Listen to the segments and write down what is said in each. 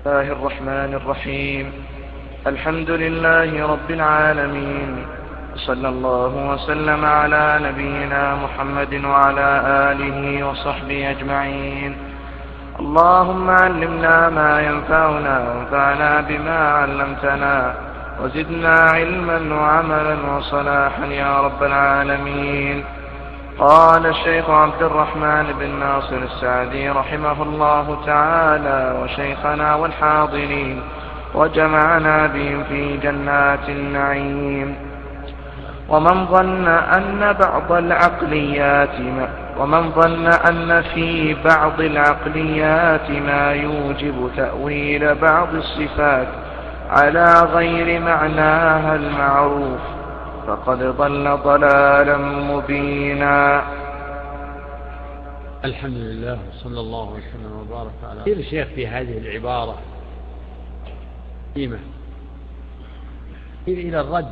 الله الرحمن الرحيم. الحمد لله رب العالمين، صلى الله وسلم على نبينا محمد وعلى آله وصحبه أجمعين. اللهم علمنا ما ينفعنا وانفعنا بما علمتنا وزدنا علما وعملا وصلاحا يا رب العالمين. قال الشيخ عبد الرحمن بن ناصر السعدي رحمه الله تعالى وشيخنا والحاضرين وجمعنا بهم في جنات النعيم. ومن ظن أن في بعض العقليات ما يوجب تأويل بعض الصفات على غير معناها المعروف فقد ضل ضلالا مبينا. الحمد لله صلى الله وسلم وبارك على خير الشيخ في هذه العبارة قيمة إلى الرد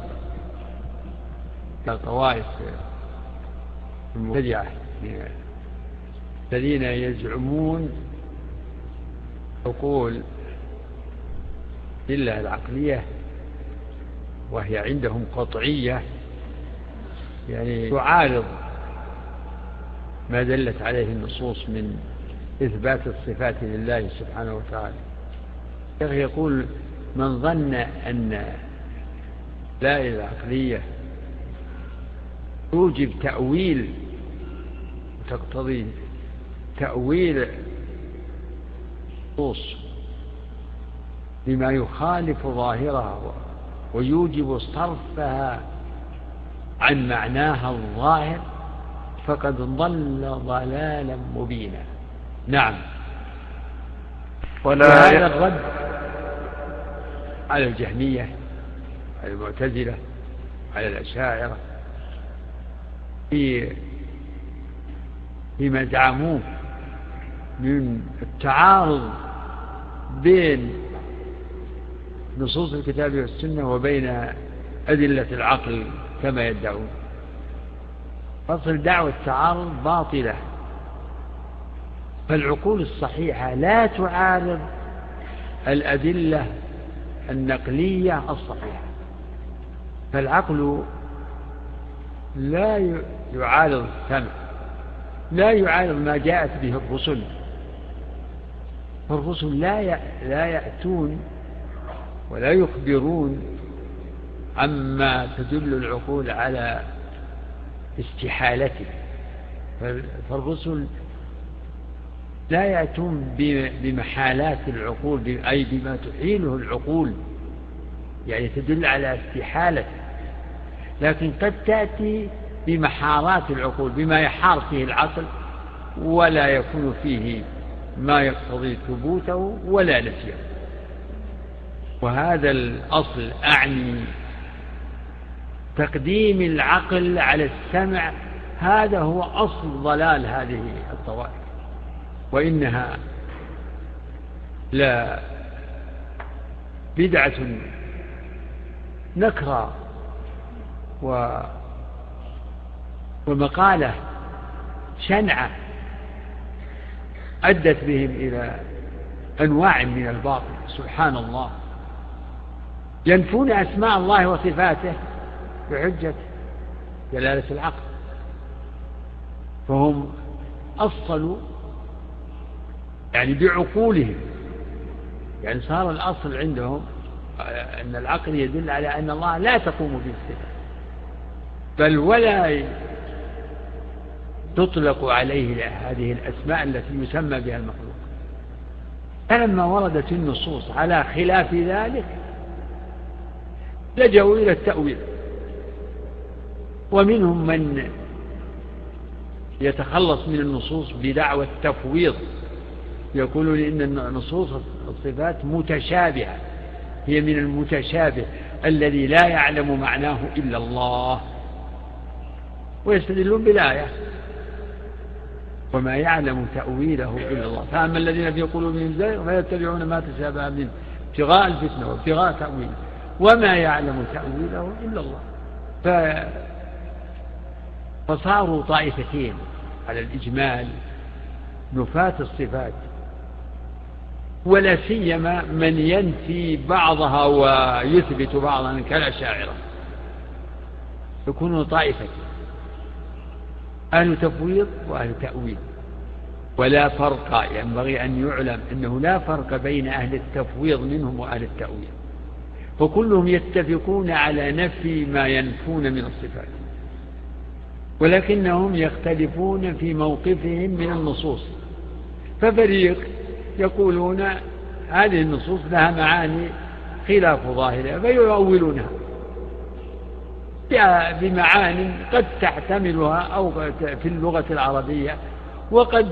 الطوائف المبتدعة الذين يزعمون عقول لله العقلية وهي عندهم قطعية، يعني تعارض ما دلت عليه النصوص من إثبات الصفات لله سبحانه وتعالى. يقول من ظن أن لا العقلية توجب تأويل وتقتضي تأويل النصوص بما يخالف ظاهرها ويوجب صرفها عن معناها الظاهر فقد ضل ضلالا مبينا. نعم. وهذا الرد على الجهمية، على المعتزلة، على الأشاعرة فيما زعموه من التعارض بين نصوص الكتاب والسنة وبين أدلة العقل كما يدعون. فصل دعوة التعارض باطلة، فالعقول الصحيحة لا تعارض الأدلة النقلية الصحيحة، فالعقل لا يعارض السمع، لا يعارض ما جاءت به الرسل، فالرسل لا يأتون ولا يخبرون عما تدل العقول على استحالته، فالرسل لا يأتون بمحالات العقول، أي بما تحيله العقول، يعني تدل على استحالته، لكن قد تأتي بمحارات العقول، بما يحار فيه العقل ولا يكون فيه ما يقتضي ثبوته ولا نفيه. وهذا الأصل أعني تقديم العقل على السمع، هذا هو أصل ضلال هذه الطوائف، وإنها لا بدعة نكرة ومقالة شنعة أدت بهم إلى أنواع من الباطل. سبحان الله، ينفون أسماء الله وصفاته بحجة دلالة العقل، فهم أصلوا يعني بعقولهم، يعني صار الأصل عندهم أن العقل يدل على أن الله لا تقوم به الصفات، بل ولا تطلق عليه هذه الأسماء التي يسمى بها المخلوق. فلما وردت النصوص على خلاف ذلك لجأوا إلى التأويل، ومنهم من يتخلص من النصوص بدعوى التفويض، يقولون إن نصوص الصفات متشابهة، هي من المتشابه الذي لا يعلم معناه إلا الله، ويستدلون بالآية وما يعلم تأويله إلا الله، فأما الذين في قلوبهم زيغ فيتبعون ما تشابه منه ابتغاء الفتنة وابتغاء تأويله وما يعلم تأويله إلا الله. فصاروا طائفتين على الإجمال، نفاة الصفات ولا سيما من ينفي بعضها ويثبت بعضها كالأشاعرة، يكونون طائفة أهل تفويض وأهل تأويل، ولا فرق. ينبغي أن يعلم أنه لا فرق بين أهل التفويض منهم وأهل التأويل، فكلهم يتفقون على نفي ما ينفون من الصفات، ولكنهم يختلفون في موقفهم من النصوص. ففريق يقولون هذه النصوص لها معاني خلاف ظاهرها فيؤولونها بمعاني قد تحتملها أو في اللغة العربية، وقد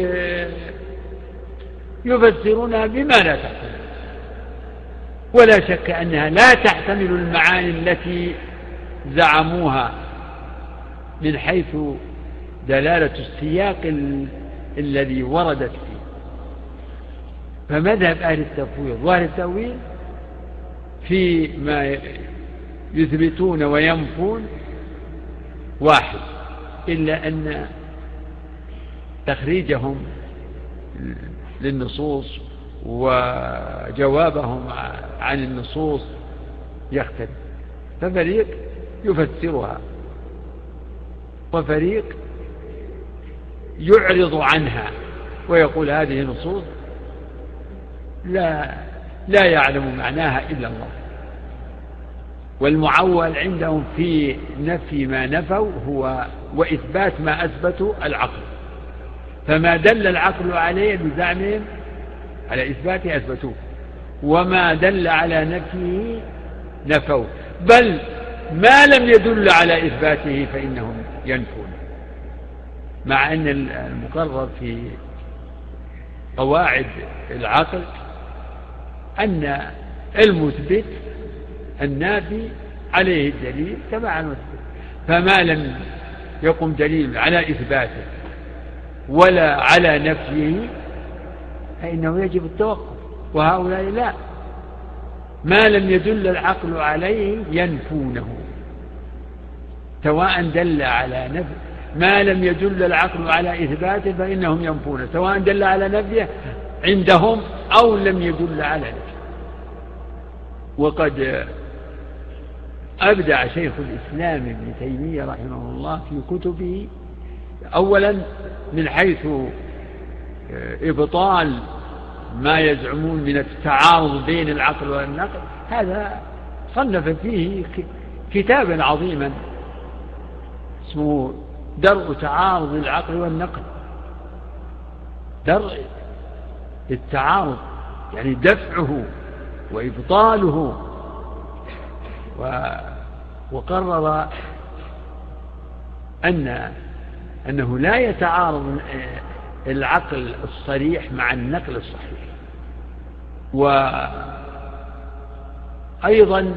يفسرونها بما لا تحتمل. ولا شك أنها لا تحتمل المعاني التي زعموها من حيث دلالة السياق الذي وردت فيه. فمذهب أهل التفويض وأهل التأويل فيما يثبتون وينفون واحد، إلا أن تخريجهم للنصوص وجوابهم عن النصوص يختلف، ففريق يفسرها وفريق يعرض عنها ويقول هذه نصوص لا يعلم معناها إلا الله. والمعول عندهم في نفي ما نفوا هو وإثبات ما أثبتوا العقل، فما دل العقل عليه بزعمهم على إثباته أثبتوه، وما دل على نفيه نفوه، بل ما لم يدل على إثباته فإنهم ينفون. مع أن المقرر في قواعد العقل أن المثبت النافي عليه الدليل تبع المثبت، فما لم يقم دليل على إثباته ولا على نفيه فإنه يجب التوقف. وهؤلاء لا، ما لم يدل العقل عليه ينفونه، سواء دل على نفي ما لم يدل العقل على إثباته فإنهم ينفونه، سواء دل على نفيه عندهم أو لم يدل على نفيه. وقد أبدع شيخ الإسلام ابن تيمية رحمه الله في كتبه أولا من حيث إبطال ما يزعمون من التعارض بين العقل والنقل، هذا صنف فيه كتابا عظيما اسمه درء تعارض العقل والنقل. درء التعارض يعني دفعه وإبطاله، وقرر أنه لا يتعارض العقل الصريح مع النقل الصحيح. وأيضا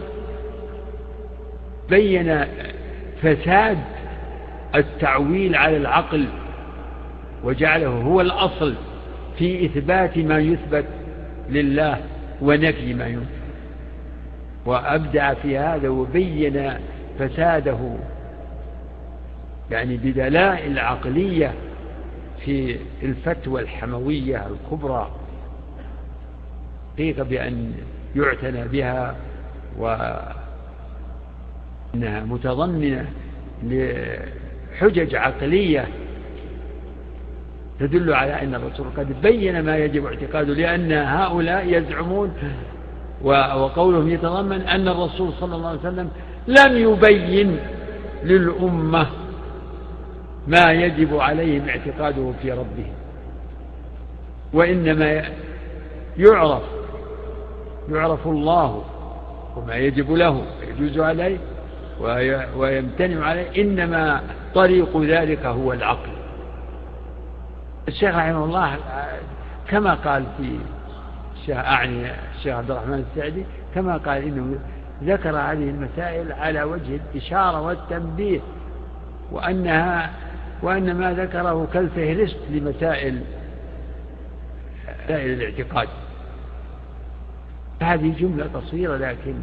بين فساد التعويل على العقل وجعله هو الأصل في إثبات ما يثبت لله ونفي ما ينفي، وأبدع في هذا وبين فساده يعني بدلائل عقلية في الفتوى الحموية الكبرى، قيل بأن يعتنى بها وأنها متضمنة لحجج عقلية تدل على أن الرسول قد بين ما يجب اعتقاده، لأن هؤلاء يزعمون وقولهم يتضمن أن الرسول صلى الله عليه وسلم لم يبين للأمة ما يجب عليهم اعتقاده في ربه، وإنما يعرف الله وما يجب له ويجوز عليه ويمتنع عليه، إنما طريق ذلك هو العقل. الشيخ رحمه الله كما قال في الشيخ عبد الرحمن السعدي كما قال إنه ذكر هذه المسائل على وجه الإشارة والتنبيه، وأن ما ذكره كالفهرست لمسائل الاعتقاد. هذه جملة قصيرة لكن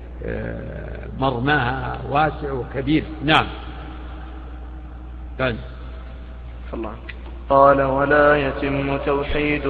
مرماها واسع وكبير. نعم. الله. قال ولا يتم توحيد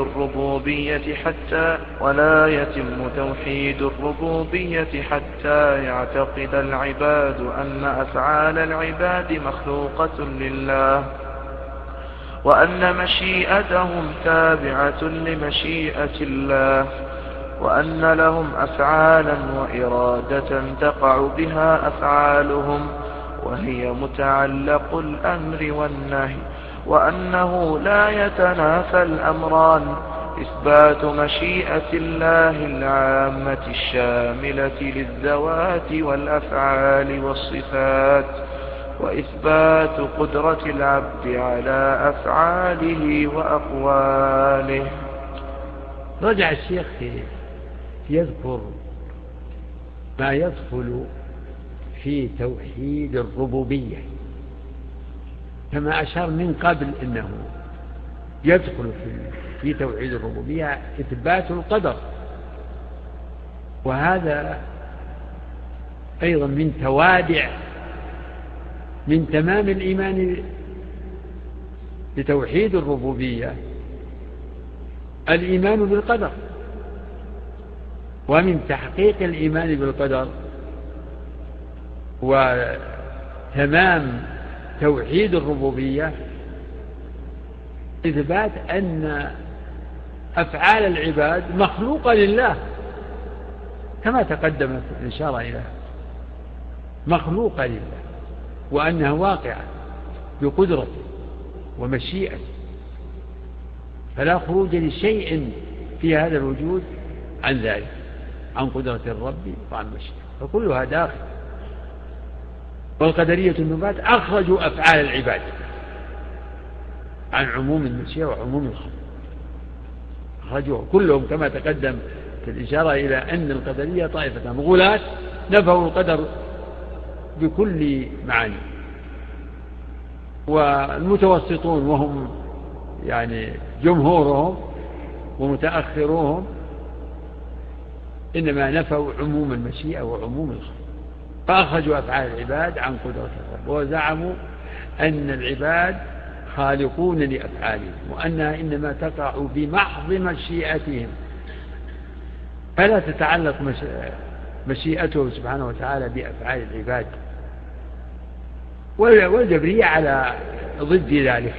الربوبية حتى يعتقد العباد أن أفعال العباد مخلوقة لله، وأن مشيئتهم تابعة لمشيئة الله، وأن لهم أفعالا وإرادة تقع بها أفعالهم وهي متعلق الأمر والنهي، وأنه لا يتنافى الأمران: إثبات مشيئة الله العامة الشاملة للذوات والأفعال والصفات، وإثبات قدرة العبد على أفعاله وأقواله. رجع الشيخ يذكر ما يدخل في توحيد الربوبية، كما أشار من قبل أنه يدخل في توحيد الربوبية إثبات القدر، وهذا أيضا من توادع من تمام الإيمان بتوحيد الربوبية الإيمان بالقدر، ومن تحقيق الإيمان بالقدر وتمام توحيد الربوبية إثبات أن أفعال العباد مخلوقة لله، كما تقدمت الإشارة إليها، مخلوقة لله، وأنها واقعة بقدرته ومشيئته، فلا خروج لشيء في هذا الوجود عن ذلك، عن قدرة الرب وعن مشيئته، فكلها داخل. والقدرية النبات أخرجوا أفعال العباد عن عموم المشيئة وعموم الخلق، أخرجوها كلهم، كما تقدم في الإشارة إلى أن القدرية طائفة غلاة نفوا القدر بكل معاني، والمتوسطون وهم يعني جمهورهم ومتأخروهم إنما نفوا عموم المشيئة وعموم الخلق، فأخرجوا أفعال العباد عن قدرة الرب، وزعموا أن العباد خالقون لأفعالهم، وأنها إنما تقع بمحض مشيئتهم، فلا تتعلق مشيئته سبحانه وتعالى بأفعال العباد. والجبرية على ضد ذلك،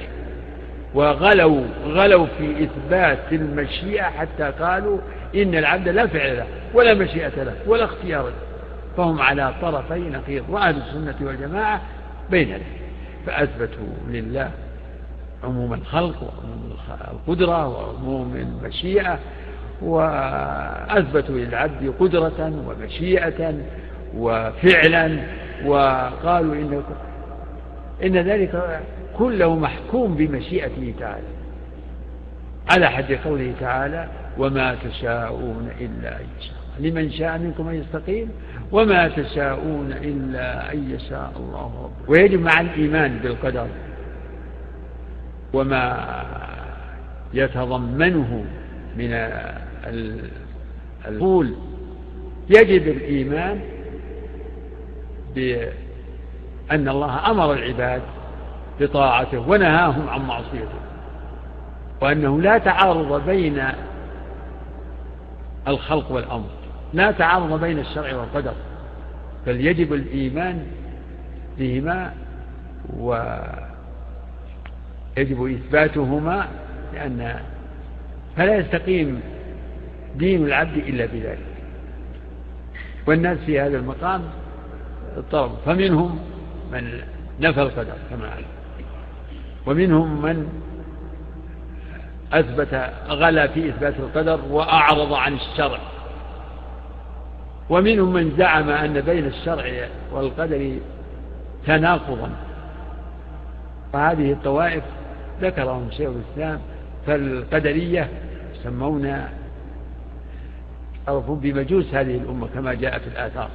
وغلوا في إثبات المشيئة حتى قالوا إن العبد لا فعل له ولا مشيئة له ولا اختيار له، فهم على طرفي نقيض. وأهل السنة والجماعة بين ذلك، فأثبتوا لله عموم الخلق وعموم القدرة وعموم المشيئة، وأثبتوا للعبد قدرة ومشيئة وفعلا، وقالوا إن ذلك كله محكوم بمشيئته تعالى، على حد قوله تعالى: وما تشاءون إلا أن يشاء لمن شاء منكم أن يستقيم وما تشاءون إلا أن يشاء الله رب. ويجب مع الإيمان بالقدر وما يتضمنه من القول، يجب الإيمان بأن الله أمر العباد بطاعته ونهاهم عن معصيته، وأنه لا تعارض بين الخلق والأمر، لا تعارض بين الشرع والقدر، بل يجب الإيمان بهما ويجب إثباتهما، لأن فلا يستقيم دين العبد إلا بذلك. والناس في هذا المقام اضطربوا، فمنهم من نفى القدر كما قال، ومنهم من غلا في إثبات القدر وأعرض عن الشرع، ومنهم من زعم أن بين الشرع والقدر تناقضا. فهذه الطوائف ذكرهم شيخ الإسلام، فالقدرية يسمون عرفوا بمجوس هذه الأمة كما جاء في الآثار،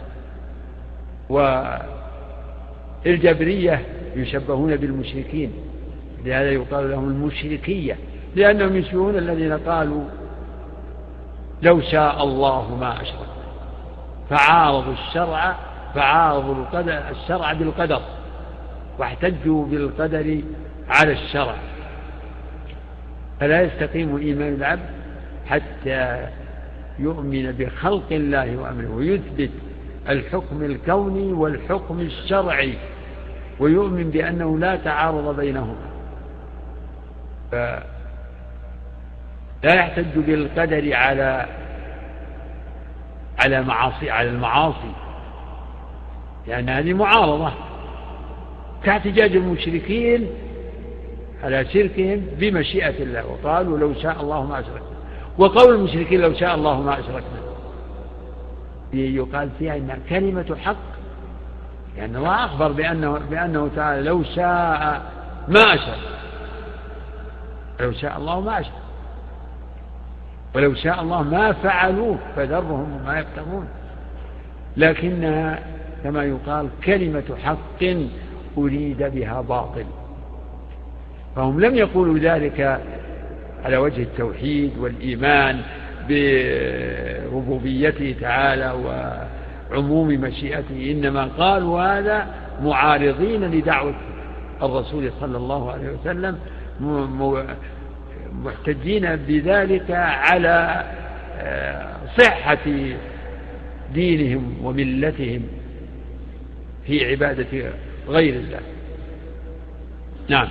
والجبرية يشبهون بالمشركين، لهذا يقال لهم المشركية، لأنهم يشبهون الذين قالوا لو شاء الله ما أشرك، فعارضوا الشرع بالقدر، واحتجوا بالقدر على الشرع، فلا يستقيم إيمان العبد حتى يؤمن بخلق الله وأمره ويثبت الحكم الكوني والحكم الشرعي ويؤمن بأنه لا تعارض بينهما، فلا يحتج بالقدر على المعاصي، لأن هذه معارضة، كاحتجاج المشركين على شركهم بمشيئة الله، وقالوا لو شاء الله ما أشركنا، وقول المشركين لو شاء الله ما أشركنا يقال فيها إنها كلمة حق، لأن الله أخبر بأنه تعالى لو شاء ما أشرك، لو شاء الله ما أشرك، ولو شاء الله ما فعلوه فذرهم وما يفترون، لكنها كما يقال كلمة حق أريد بها باطل، فهم لم يقولوا ذلك على وجه التوحيد والإيمان بربوبيته تعالى وعموم مشيئته، إنما قالوا هذا معارضين لدعوة الرسول صلى الله عليه وسلم، محتجين بذلك على صحة دينهم وملتهم في عبادة غير الله. نعم.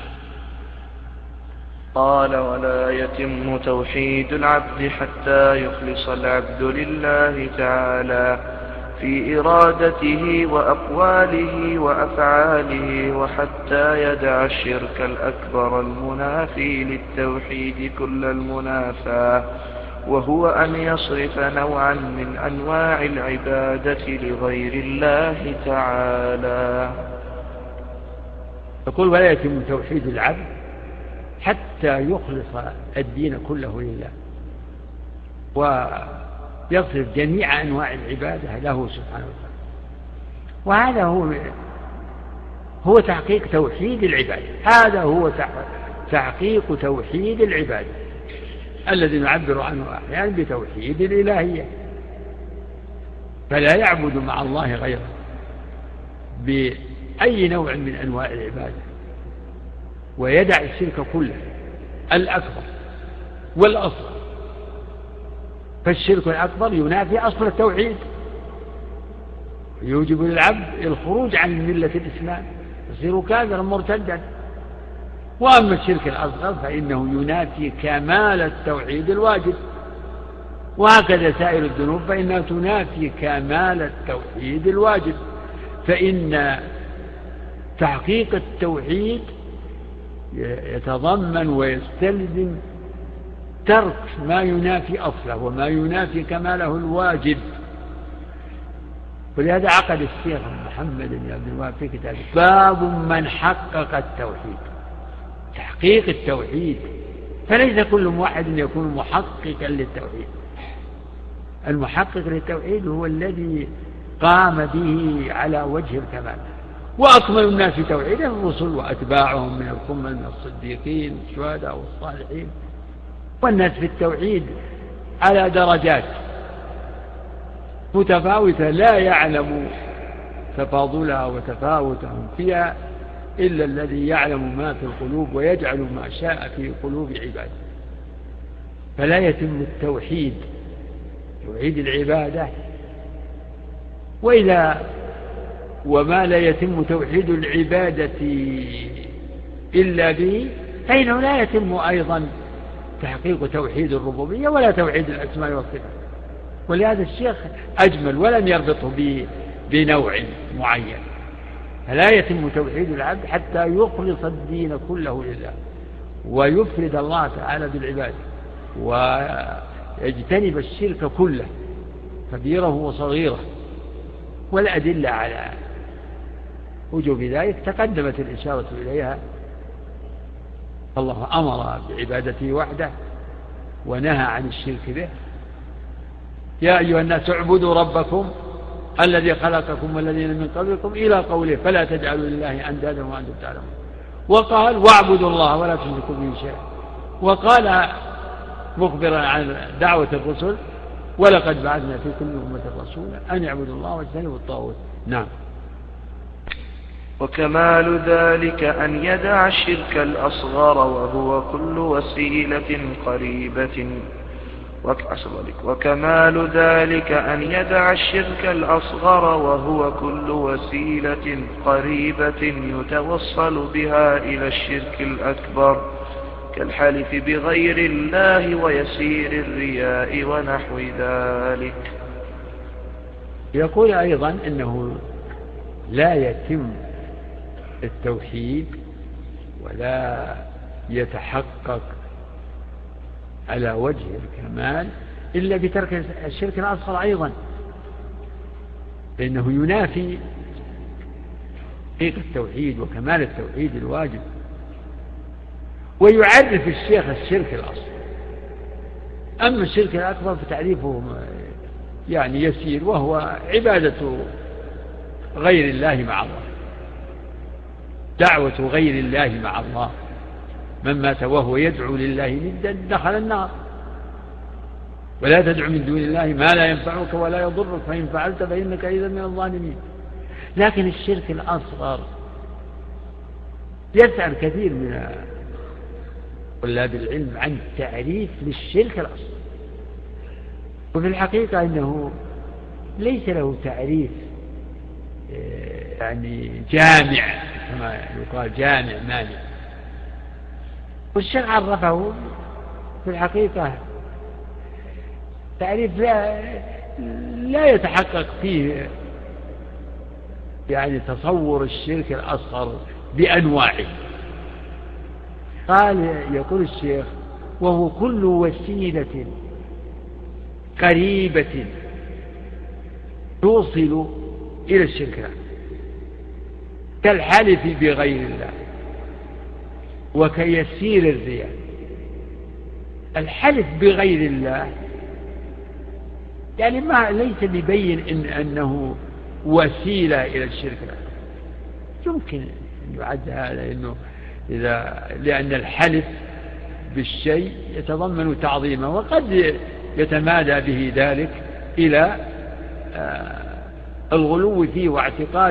قال ولا يتم توحيد العبد حتى يخلص العبد لله تعالى في إرادته وأقواله وأفعاله، وحتى يدع الشرك الأكبر المنافي للتوحيد كل المنافاة، وهو أن يصرف نوعا من أنواع العبادة لغير الله تعالى. يقول ولا يتم توحيد العبد حتى يخلص الدين كله لله ويصرف جميع أنواع العبادة له سبحانه وتعالى، وهذا هو تحقيق توحيد العبادة، هذا هو تحقيق توحيد العبادة الذي نعبر عنه أحيانا بتوحيد الإلهية، فلا يعبد مع الله غيره بأي نوع من أنواع العبادة، ويدع الشرك كله الأكبر والأصغر، فالشرك الأكبر ينافي أصل التوحيد، يوجب للعبد الخروج عن ملة الإسلام، يصير كافرا مرتدا. وأما الشرك الأصغر فإنه ينافي كمال التوحيد الواجب، وهكذا سائر الذنوب فإنها تنافي كمال التوحيد الواجب، فإن تحقيق التوحيد يتضمن ويستلزم ترك ما ينافي أصله وما ينافي كماله الواجب. ولهذا عقد الشيخ محمد بن عبد الوهاب في كتابه باب من حقق التوحيد، تحقيق التوحيد، فليس كل موحد يكون محققا للتوحيد، المحقق للتوحيد هو الذي قام به على وجه الكمال. وأكمل الناس توحيدا الرسل وأتباعهم من الأمم من الصديقين والشهداء والصالحين، والناس في التوحيد على درجات متفاوتة لا يعلم تفاضلها وتفاوتهم فيها إلا الذي يعلم ما في القلوب ويجعل ما شاء في قلوب عباده. فلا يتم التوحيد توحيد العبادة وما لا يتم توحيد العبادة إلا به، فإنه لا يتم أيضا تحقيق توحيد الربوبية ولا توحيد الأسماء والصفات. ولهذا الشيخ أجمل ولم يربطه بنوع معين. فلا يتم توحيد العبد حتى يخلص الدين كله لله ويفرد الله تعالى بالعبادة ويجتنب الشرك كله كبيره وصغيره. والأدلة على وجوب ذلك تقدمت الإشارة إليها. الله أمر بعبادته وحده ونهى عن الشرك به. يا أيها الناس اعبدوا ربكم الذي خلقكم والذين من قبلكم إلى قوله فلا تجعلوا لله أندادا وأنتم تعلمون. وقال واعبدوا الله ولا تشركوا به شيئا. وقال مخبرا عن دعوة الرسل ولقد بعثنا في كل أمة رسولا أن يعبدوا الله واجتنبوا الطاغوت. نعم. وكمال ذلك أن يدع الشرك الأصغر وهو كل وسيلة قريبة وكمال ذلك أن يدع الشرك الأصغر وهو كل وسيلة قريبة يتوصل بها إلى الشرك الأكبر كالحلف بغير الله ويسير الرياء ونحو ذلك. يقول أيضا أنه لا يتم التوحيد ولا يتحقق على وجه الكمال إلا بترك الشرك الأصغر أيضا، لأنه ينافي حقيقة التوحيد وكمال التوحيد الواجب. ويعرف الشيخ الشرك الأصغر. أما الشرك الأكبر فتعريفه يعني يسير، وهو عبادة غير الله مع الله، دعوة غير الله مع الله. من مات وهو يدعو لله ندا دخل النار. ولا تدع من دون الله ما لا ينفعك ولا يضرك فإن فعلت فإنك إذا من الظالمين. لكن الشرك الأصغر يسأل كثير من طلاب العلم عن تعريف للشرك الأصغر، وفي الحقيقة أنه ليس له تعريف يعني جامع كما يقال، جامع مانع. والشرع عرفه في الحقيقة تعريف لا يتحقق فيه يعني تصور الشرك الأصغر بأنواعه. يقول الشيخ: وهو كل وسيلة قريبة توصل إلى الشرك كالحلف بغير الله وكيسير الرياء. الحلف بغير الله يعني ما ليس ببين أنه وسيلة إلى الشرك، يمكن أن يعد هذا لأن الحلف بالشيء يتضمن تعظيمه، وقد يتمادى به ذلك إلى الغلو فيه واعتقاد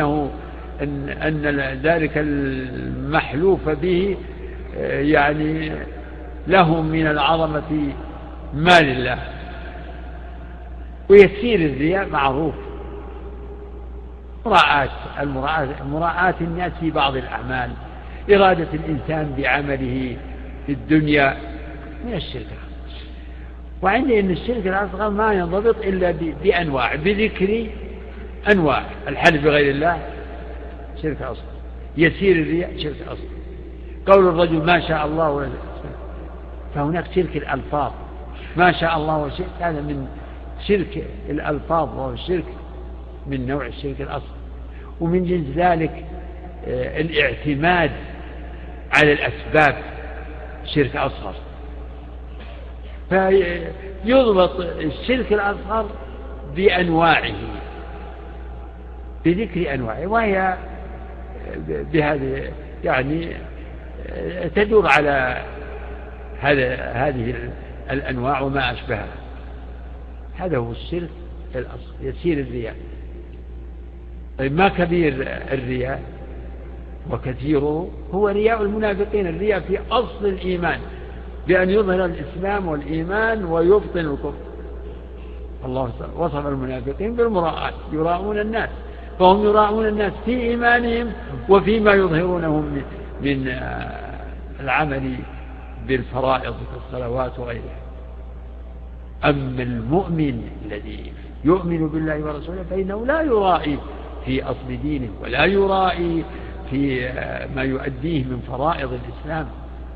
أن ذلك المحلوف به يعني له من العظمة ما لله. ويسير الرياء معروف، مراعاة الناس في بعض الأعمال، إرادة الإنسان بعمله في الدنيا من الشرك. وعندي أن الشرك الأصغر ما ينضبط إلا بأنواع، بذكر أنواع. الحلف بغير الله شرك أصغر، يسير الرياء شرك أصغر، قول الرجل ما شاء الله ولا فهناك شرك الألفاظ، ما شاء الله وشئت، هذا من شرك الألفاظ، وهو الشرك من نوع الشرك الأصغر. ومن جنس ذلك الاعتماد على الأسباب شرك أصغر. فيضبط الشرك الأصغر بأنواعه، بذكر أنواعه، وهي بهذه يعني تدور على هذه الأنواع وما أشبهها. هذا هو الشرك الأصغر، يسير الرياء. طيب ما كبير الرياء؟ وكثيره هو رياء المنافقين. الرياء في أصل الإيمان، بأن يظهر الإسلام والإيمان ويبطن الكفر. الله وصف المنافقين بالمراءات، يراءون الناس، فهم يراءون الناس في إيمانهم وفيما يظهرونه من العمل بالفرائض كالصلوات وغيرها. أما المؤمن الذي يؤمن بالله ورسوله فإنه لا يرائي في أصل دينه، ولا يرائي في ما يؤديه من فرائض الإسلام،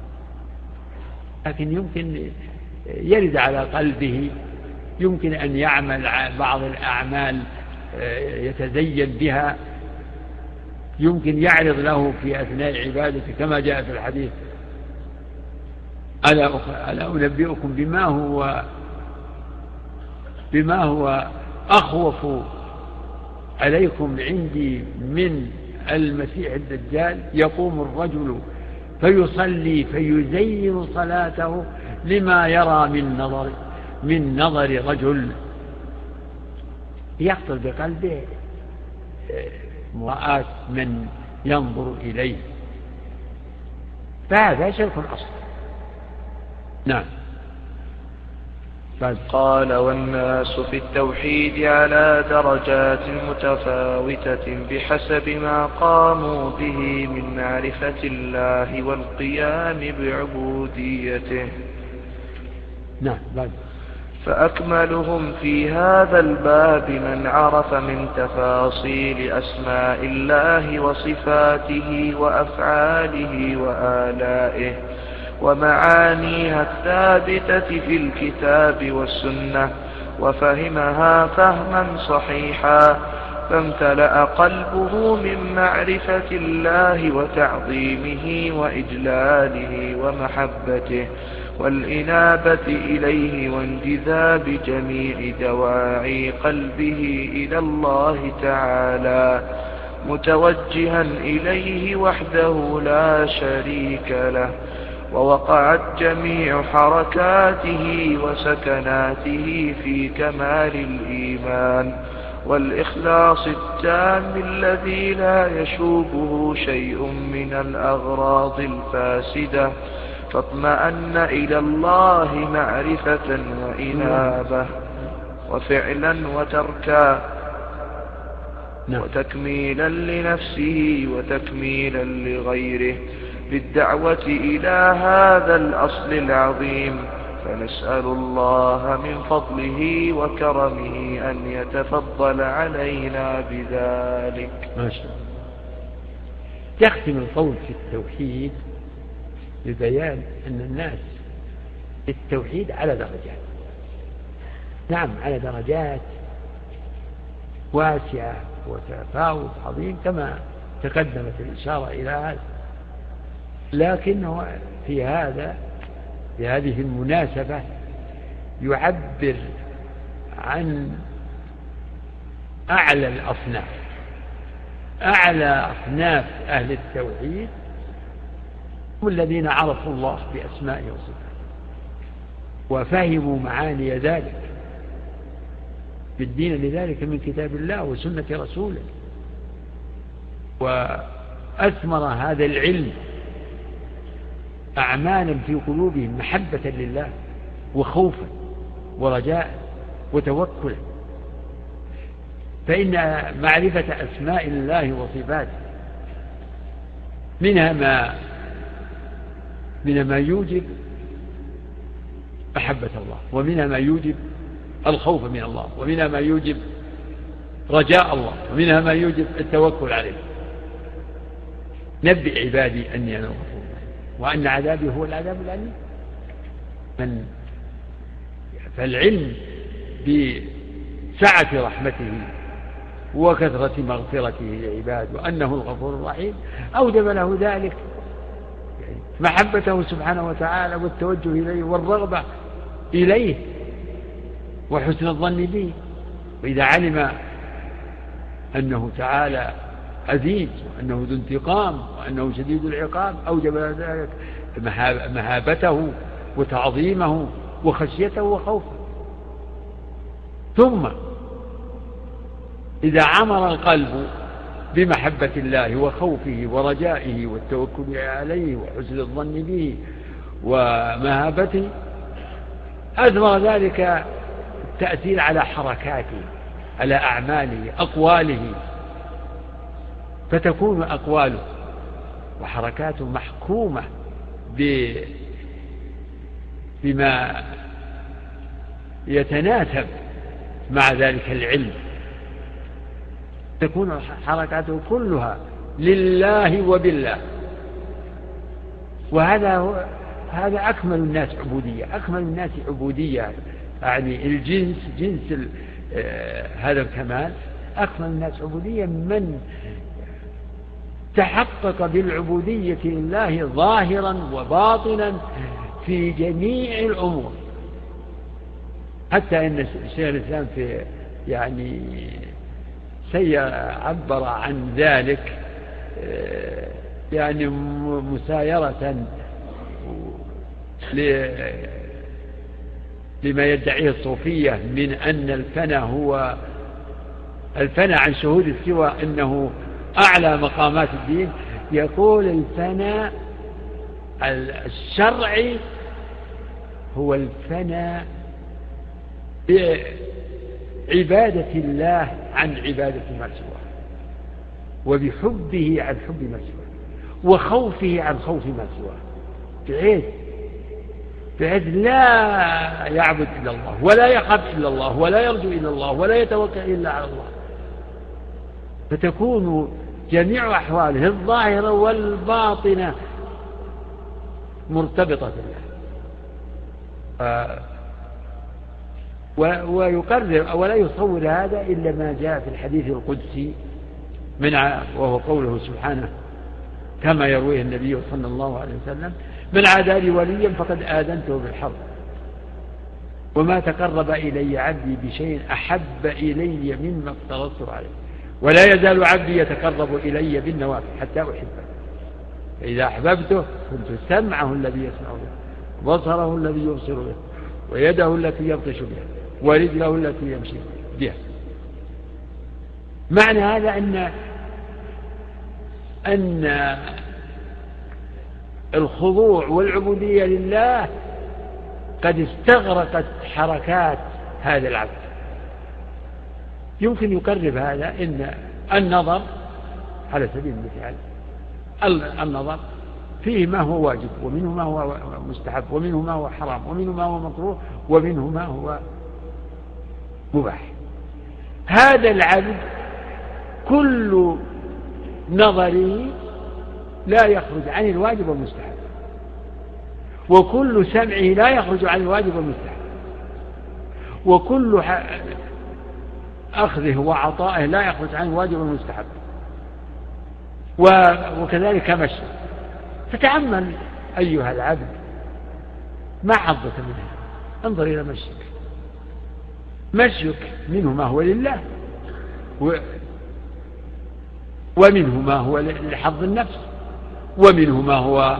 لكن يمكن يرد على قلبه، يمكن أن يعمل بعض الأعمال يتزين بها، يمكن يعرض له في أثناء عبادته كما جاء في الحديث: ألا أنبئكم بما هو أخوف عليكم عندي من المسيح الدجال؟ يقوم الرجل فيصلي فيزين صلاته لما يرى من نظر رجل. يخطر بقلبه مرآة من ينظر إليه، فهذا شرك أصلا. نعم. قال: والناس في التوحيد على درجات متفاوتة بحسب ما قاموا به من معرفة الله والقيام بعبوديته. نعم. فأكملهم في هذا الباب من عرف من تفاصيل أسماء الله وصفاته وأفعاله وآلائه ومعانيها الثابتة في الكتاب والسنة، وفهمها فهما صحيحا، فامتلأ قلبه من معرفة الله وتعظيمه وإجلاله ومحبته والإنابة إليه وانجذاب جميع دواعي قلبه إلى الله تعالى، متوجها إليه وحده لا شريك له، ووقعت جميع حركاته وسكناته في كمال الإيمان والإخلاص التام الذي لا يشوبه شيء من الأغراض الفاسدة، فاطمأن إلى الله معرفة وإنابة وفعلا وتركا، وتكميلا لنفسه وتكميلا لغيره بالدعوة إلى هذا الأصل العظيم. فنسأل الله من فضله وكرمه أن يتفضل علينا بذلك. ما شاء الله. يختم القول في التوحيد ببيان أن الناس التوحيد على درجات. نعم، على درجات واسعة وتفاوت عظيم كما تقدمت الإشارة إلى هذا، لكنه في هذه المناسبة يعبر عن أعلى الأصناف، أعلى أصناف أهل التوحيد هم الذين عرفوا الله بأسمائه وصفاته وفهموا معاني ذلك بالدين لذلك من كتاب الله وسنة رسوله، وأثمر هذا العلم أعمالا في قلوبهم محبة لله وخوفا ورجاء وتوكلا. فإن معرفة أسماء الله وصفاته منها ما يوجب محبة الله، ومنها ما يوجب الخوف من الله، ومنها ما يوجب رجاء الله، ومنها ما يوجب التوكل عليه. نبئ عبادي أني أنا الغفور وأن عذابي هو العذاب الأليم. فالعلم بسعة رحمته وكثرة مغفرته للعباد وأنه الغفور الرحيم أوجب له ذلك محبته سبحانه وتعالى والتوجه إليه والرغبة إليه وحسن الظن به. وإذا علم أنه تعالى عزيز وأنه ذو انتقام وأنه شديد العقاب أوجب ذلك مهابته وتعظيمه وخشيته وخوفه. ثم إذا عمر القلب بمحبة الله وخوفه ورجائه والتوكل عليه وحسن الظن به ومهابته أثمر ذلك التأثير على حركاته، على أعماله، أقواله، فتكون أقواله وحركاته محكومة بما يتناسب مع ذلك العلم، تكون حركاته كلها لله وبالله. وهذا أكمل الناس عبودية، أكمل الناس عبودية، يعني جنس هذا الكمال. أكمل الناس عبودية من تحقق بالعبودية لله ظاهرا وباطنا في جميع الأمور. حتى إن شيخ الإسلام في عبر عن ذلك مسايرة لما يدعيه الصوفية من أن الفناء عن شهود السوى أنه أعلى مقامات الدين، يقول الفناء الشرعي هو الفناء بعبادة الله عن عبادة ما سواه، وبحبه عن حب ما سواه، وخوفه عن خوف ما سواه، بحيث لا يعبد إلا الله، ولا يخاف إلا الله، ولا يرجو إلا الله، ولا يتوكل إلا على الله، فتكون جميع أحواله الظاهرة والباطنة مرتبطة بالله. ويقرر ولا يصور هذا إلا ما جاء في الحديث القدسي وهو قوله سبحانه كما يرويه النبي صلى الله عليه وسلم: من عادى لي وليا فقد آذنته بالحرب، وما تقرب إلي عبدي بشيء أحب إلي مما افترضته عليه، ولا يزال عبدي يتقرب إلي بالنوافل حتى أحبه، فإذا أحببته كنت سمعه الذي يسمع به، وبصره الذي يبصر به، ويده التي يبطش بها، ورجله التي يمشي بها. معنى هذا أن الخضوع والعبودية لله قد استغرقت حركات هذا العبد. يمكن يقرب هذا إن النظر على سبيل المثال، النظر فيه ما هو واجب، ومنه ما هو مستحب، ومنه ما هو حرام، ومنه ما هو مكروه، ومنه ما هو مباح. هذا العبد كل نظره لا يخرج عن الواجب والمستحب، وكل سمعه لا يخرج عن الواجب والمستحب، وكل أخذه وعطائه لا يخرج عن الواجب والمستحب، وكذلك مشي. فتأمل أيها العبد ما حظك منها، انظر إلى مشيك منه ما هو لله، ومنه ما هو لحظ النفس، ومنه ما هو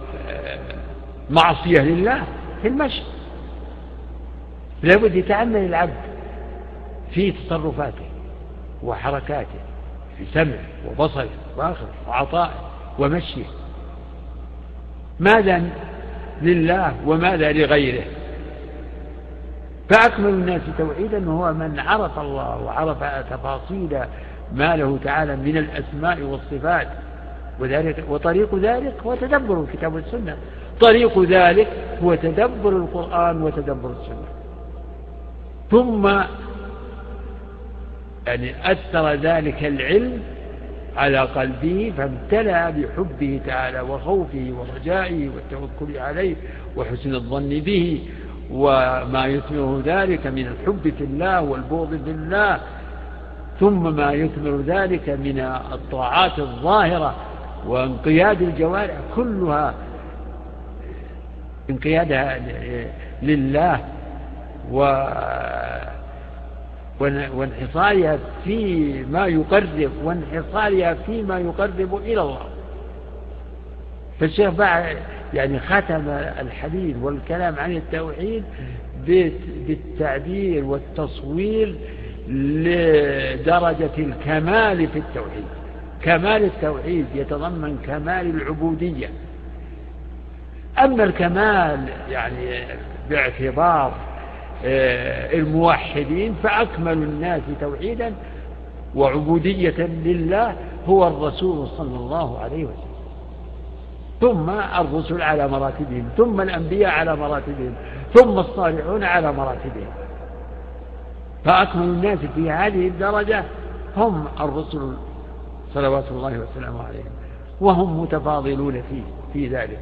معصية لله في المشي. لابد يتأمل العبد في تصرفاته وحركاته، في سمعه وبصره وآخره وعطائه ومشيه، ماذا لله وماذا لغيره. فأكمل الناس توحيدا هو من عرف الله وعرف تفاصيل ما له تعالى من الأسماء والصفات، وطريق ذلك هو تدبر الكتاب والسنة، طريق ذلك هو تدبر القرآن وتدبر السنة. ثم أثر ذلك العلم على قلبه فامتلأ بحبه تعالى وخوفه ورجائه والتوكل عليه وحسن الظن به، وما يثمر ذلك من الحب في الله والبغض في الله، ثم ما يثمر ذلك من الطاعات الظاهرة وانقياد الجوارح كلها انقيادها لله وانحصارها فيما يقرب وانحصارها فيما يقرب إلى الله. فالشيخ بعد ختم الحديث والكلام عن التوحيد بالتعبير والتصوير لدرجة الكمال في التوحيد. كمال التوحيد يتضمن كمال العبودية. أما الكمال باعتبار الموحدين فأكمل الناس توحيدا وعبودية لله هو الرسول صلى الله عليه وسلم، ثم الرسل على مراتبهم، ثم الأنبياء على مراتبهم، ثم الصالحون على مراتبهم. فأكمل الناس في هذه الدرجة هم الرسل صلوات الله وسلامه عليهم، وهم متفاضلون في ذلك.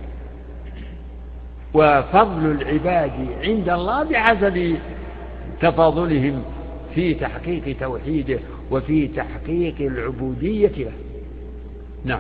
وفضل العباد عند الله بحسب تفاضلهم في تحقيق توحيده وفي تحقيق العبودية له. نعم.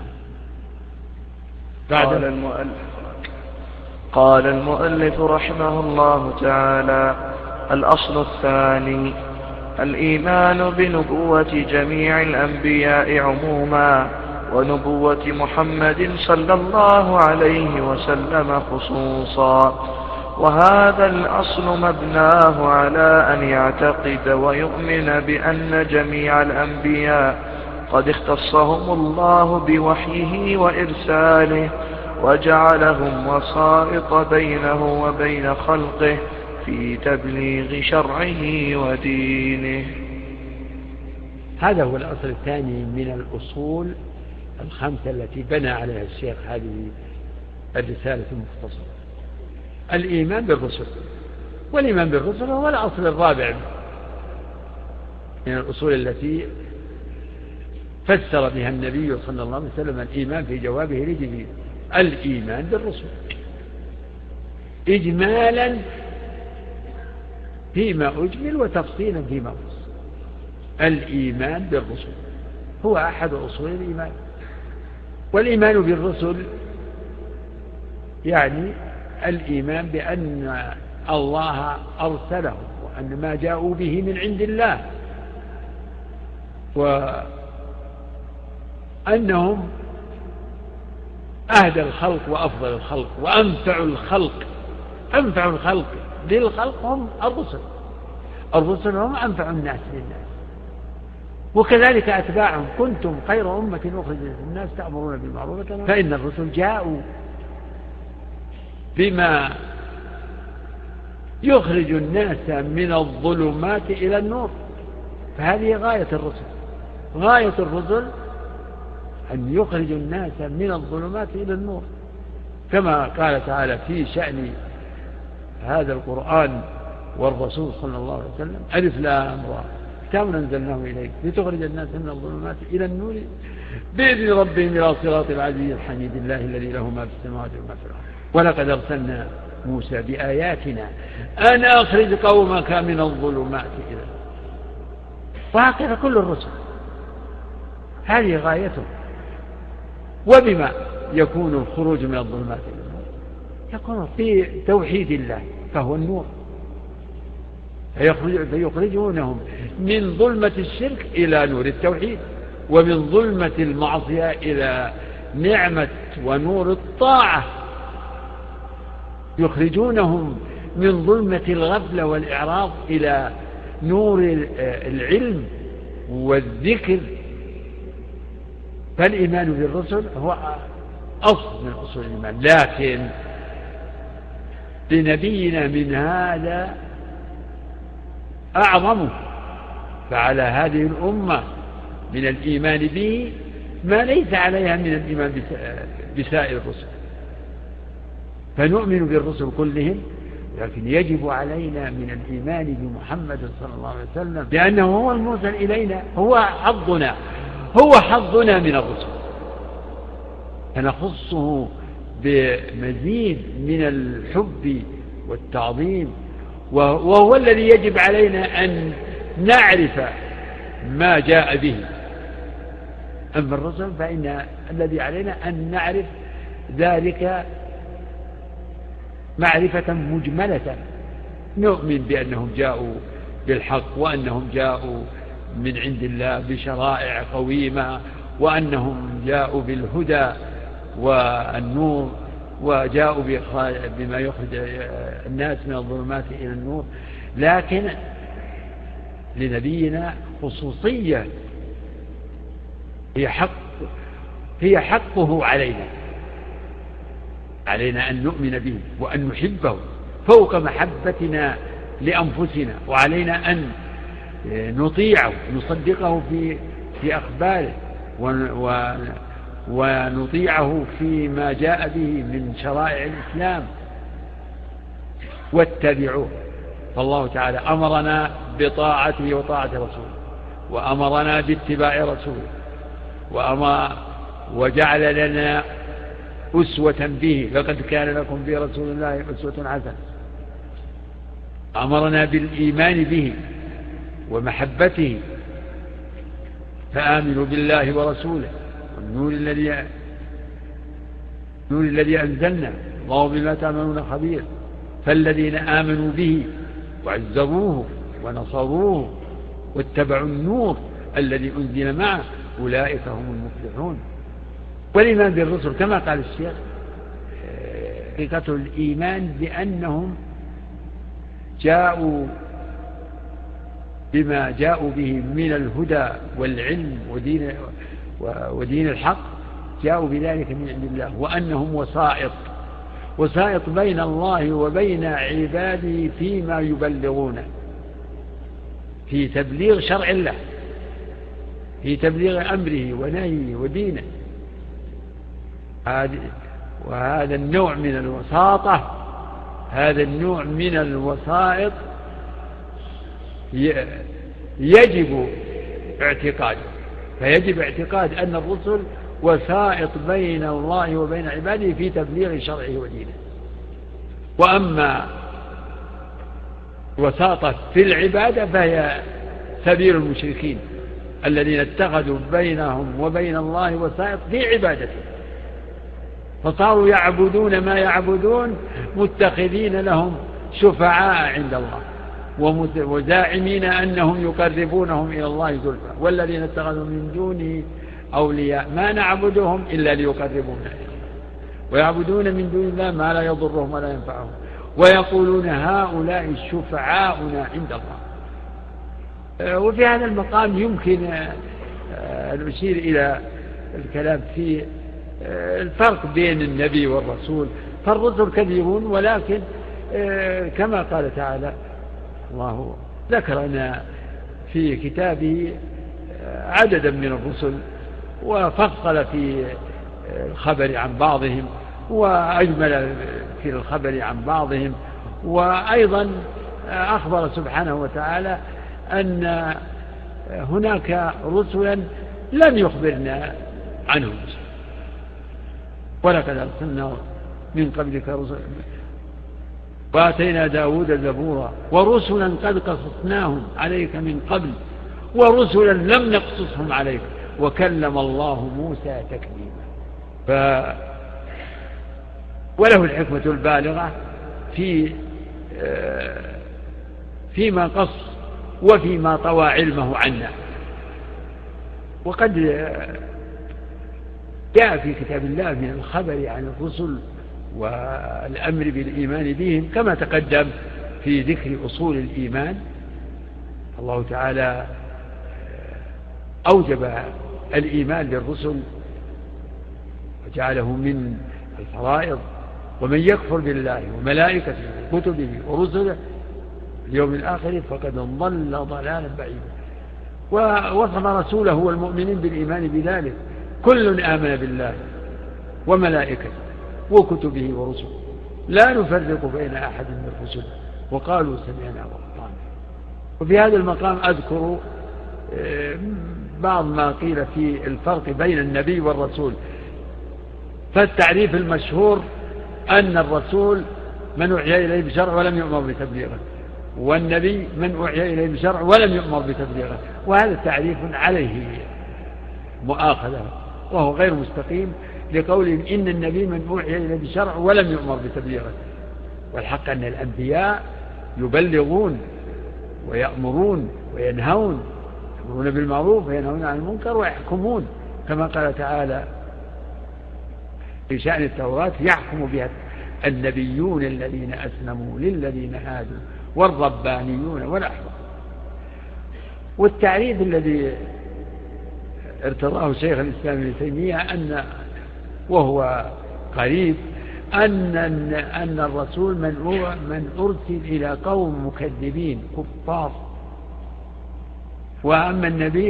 قال المؤلف رحمه الله تعالى: الأصل الثاني الإيمان بنبوة جميع الأنبياء عموما، ونبوة محمد صلى الله عليه وسلم خصوصا. وهذا الأصل مبناه على أن يعتقد ويؤمن بأن جميع الأنبياء قد اختصهم الله بوحيه وإرساله وجعلهم وسائط بينه وبين خلقه في تبليغ شرعه ودينه. هذا هو الأصل الثاني من الأصول الخمسة التي بنى عليها الشيخ هذه الرسالة المختصرة: الإيمان بالرسل. والإيمان بالرسل هو الأصل الرابع من الأصول التي فسر بها النبي صلى الله عليه وسلم الإيمان في جوابه لجبريل: الإيمان بالرسل إجمالا فيما أجمل وتفصيلا فيما فصل. الإيمان بالرسل هو أحد أصول الإيمان. والإيمان بالرسل يعني الإيمان بأن الله أرسلهم وأن ما جاءوا به من عند الله، وأنهم أهدى الخلق وأفضل الخلق وأنفع الخلق. أنفع الخلق للخلق هم الرسل. الرسل هم أنفع الناس للناس، وكذلك أتباعهم: كنتم خير أمة أخرجت للناس تأمرون بالمعروف. فإن الرسل جاءوا بما يخرج الناس من الظلمات إلى النور، فهذه غاية الرسل. غاية الرسل أن يخرج الناس من الظلمات إلى النور، كما قال تعالى في شأن هذا القرآن والرسول صلى الله عليه وسلم: ألف لام را كتاب أنزلناه إليك لتخرج الناس من الظلمات إلى النور بإذن ربهم إلى صراط العزيز الحميد الله الذي له ما في السماوات وما في الأرض ولقد أرسلنا موسى بآياتنا أن أخرج قومك من الظلمات إلى النور. وهكذا كل الرسل هذه غايتهم. وبما يكون الخروج من الظلمات إلى النور؟ يكون في توحيد الله فهو النور، فيخرجونهم من ظلمة الشرك إلى نور التوحيد، ومن ظلمة المعصية إلى نعمة ونور الطاعة. يخرجونهم من ظلمة الغفلة والإعراض إلى نور العلم والذكر. فالإيمان بالرسل هو أصل من أصول الإيمان. لكن لنبينا من هذا أعظمه، فعلى هذه الأمة من الإيمان به ما ليس عليها من الإيمان بسائر الرسل. فنؤمن بالرسل كلهم، لكن يجب علينا من الإيمان بمحمد صلى الله عليه وسلم لأنه هو المرسل إلينا، هو حظنا من الرسل، فنخصه بمزيد من الحب والتعظيم، وهو الذي يجب علينا أن نعرف ما جاء به. أما الرسل فإن الذي علينا أن نعرف ذلك معرفة مجملة، نؤمن بأنهم جاءوا بالحق، وأنهم جاءوا من عند الله بشرائع قويمة، وأنهم جاءوا بالهدى والنور، وجاءوا بما يخرج الناس من الظلمات إلى النور. لكن لنبينا خصوصية هي حقه علينا أن نؤمن به وأن نحبه فوق محبتنا لأنفسنا، وعلينا أن نطيعه نصدقه في أخباره، ونطيعه فيما جاء به من شرائع الإسلام واتبعوه. فالله تعالى أمرنا بطاعته وطاعة رسوله، وأمرنا باتباع رسوله، وجعل لنا أسوة به: لقد كان لكم في رسول الله أسوة حسنة. أمرنا بالإيمان به ومحبته، فآمنوا بالله ورسوله والنور الذي أنزلنا الله بما تعملون خبير. فالذين آمنوا به وعزروه ونصروه واتبعوا النور الذي أنزل معه أولئك هم المفلحون. والإيمان بالرسل كما قال الشيخ حقيقة الإيمان بأنهم جاءوا بما جاءوا به من الهدى والعلم ودين الحق، جاءوا بذلك من عند الله، وأنهم وسائط بين الله وبين عباده فيما يبلغون في تبليغ شرع الله، في تبليغ أمره ونهيه ودينه. وهذا النوع من الوساطة، هذا النوع من الوسائط يجب اعتقاده، فيجب اعتقاد أن الرسل وسائط بين الله وبين عباده في تبليغ شرعه ودينه. وأما وساطة في العبادة فهي سبيل المشركين الذين اتخذوا بينهم وبين الله وسائط في عبادته، فصاروا يعبدون ما يعبدون متخذين لهم شفعاء عند الله وزاعمين أنهم يقربونهم إلى الله زلفى، والذين اتخذوا من دونه أولياء ما نعبدهم إلا ليقربونا إلى الله، ويعبدون من دون الله ما لا يضرهم ولا ينفعهم، ويقولون هؤلاء شفعاؤنا عند الله. وفي هذا المقام يمكن أن أشير إلى الكلام في الفرق بين النبي والرسول. فالرسل كثيرون، ولكن كما قال تعالى الله ذكرنا في كتابه عددا من الرسل، وفصل في الخبر عن بعضهم وأجمل في الخبر عن بعضهم، وأيضا أخبر سبحانه وتعالى أن هناك رسلا لم يخبرنا عنهم، ولقد أرسلنا من قبلك رسلا وآتينا داود زبورا ورسلا قد قصصناهم عليك من قبل ورسلا لم نقصصهم عليك وكلم الله موسى تكليما. وله الحكمة البالغة فيما قص وفيما طوى علمه عنا. وقد جاء في كتاب الله من الخبر عن الرسل والأمر بالإيمان بهم كما تقدم في ذكر أصول الإيمان. الله تعالى أوجب الإيمان للرسل وجعله من الفرائض، ومن يكفر بالله وملائكته وكتبه ورسله اليوم الآخر فقد ضل ضلالا بعيدا. ووصف رسوله والمؤمنين بالإيمان بذلك: كل آمن بالله وملائكته وكتبه ورسله لا نفرق بين أحد من الرسل وقالوا سمعنا وأطعنا. وفي هذا المقام أذكر بعض ما قيل في الفرق بين النبي والرسول. فالتعريف المشهور أن الرسول من أوحي إليه بشرع ولم يؤمر بتبليغه، والنبي من أوحي إليه بشرع ولم يؤمر بتبليغه. وهذا تعريف عليه مؤاخذة وهو غير مستقيم، لقولهم إن النبي من أوحي إليه بشرع ولم يؤمر بتبليغه. والحق أن الأنبياء يبلغون ويأمرون وينهون، يأمرون بالمعروف وينهون عن المنكر ويحكمون، كما قال تعالى في شأن التوراة: يحكم بها النبيون الذين أسلموا للذين هادوا والربانيون والأحبار. والتعريف الذي ارتضاه شيخ الإسلام ابن تيمية وهو قريب أن الرسول من أرسل إلى قوم مكذبين كفار، وأما النبي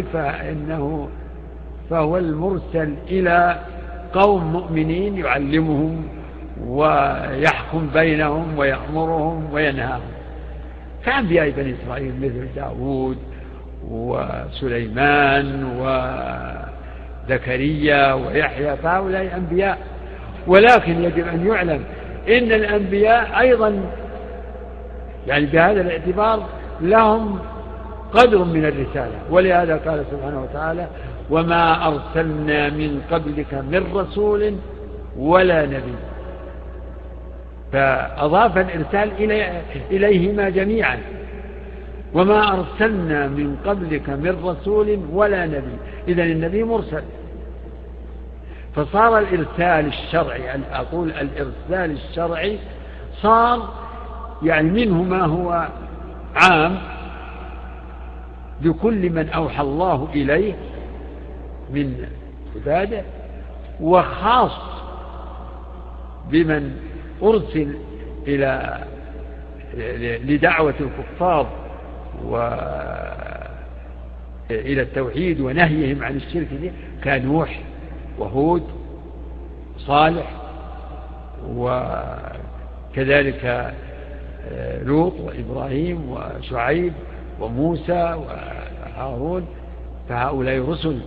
فهو المرسل إلى قوم مؤمنين يعلمهم ويحكم بينهم ويأمرهم وينهاهم. فأنبياء بني إسرائيل مثل داود وسليمان وزكريا ويحيى، فهؤلاء أنبياء. ولكن يجب أن يعلم إن الأنبياء أيضا يعني بهذا الاعتبار لهم قدر من الرسالة. ولهذا قال سبحانه وتعالى: وما أرسلنا من قبلك من رسول ولا نبي. فأضاف الإرسال إليهما جميعا: وما أرسلنا من قبلك من رسول ولا نبي. إذن النبي مرسل. فصار الإرسال الشرعي، أقول الإرسال الشرعي صار يعني منه ما هو عام بكل من أوحى الله إليه من عباده، وخاص بمن أرسل لدعوة الكفار وإلى التوحيد ونهيهم عن الشرك دي، كنوح وهود صالح، وكذلك لوط وإبراهيم وشعيب وموسى وهارون، فهؤلاء رسل.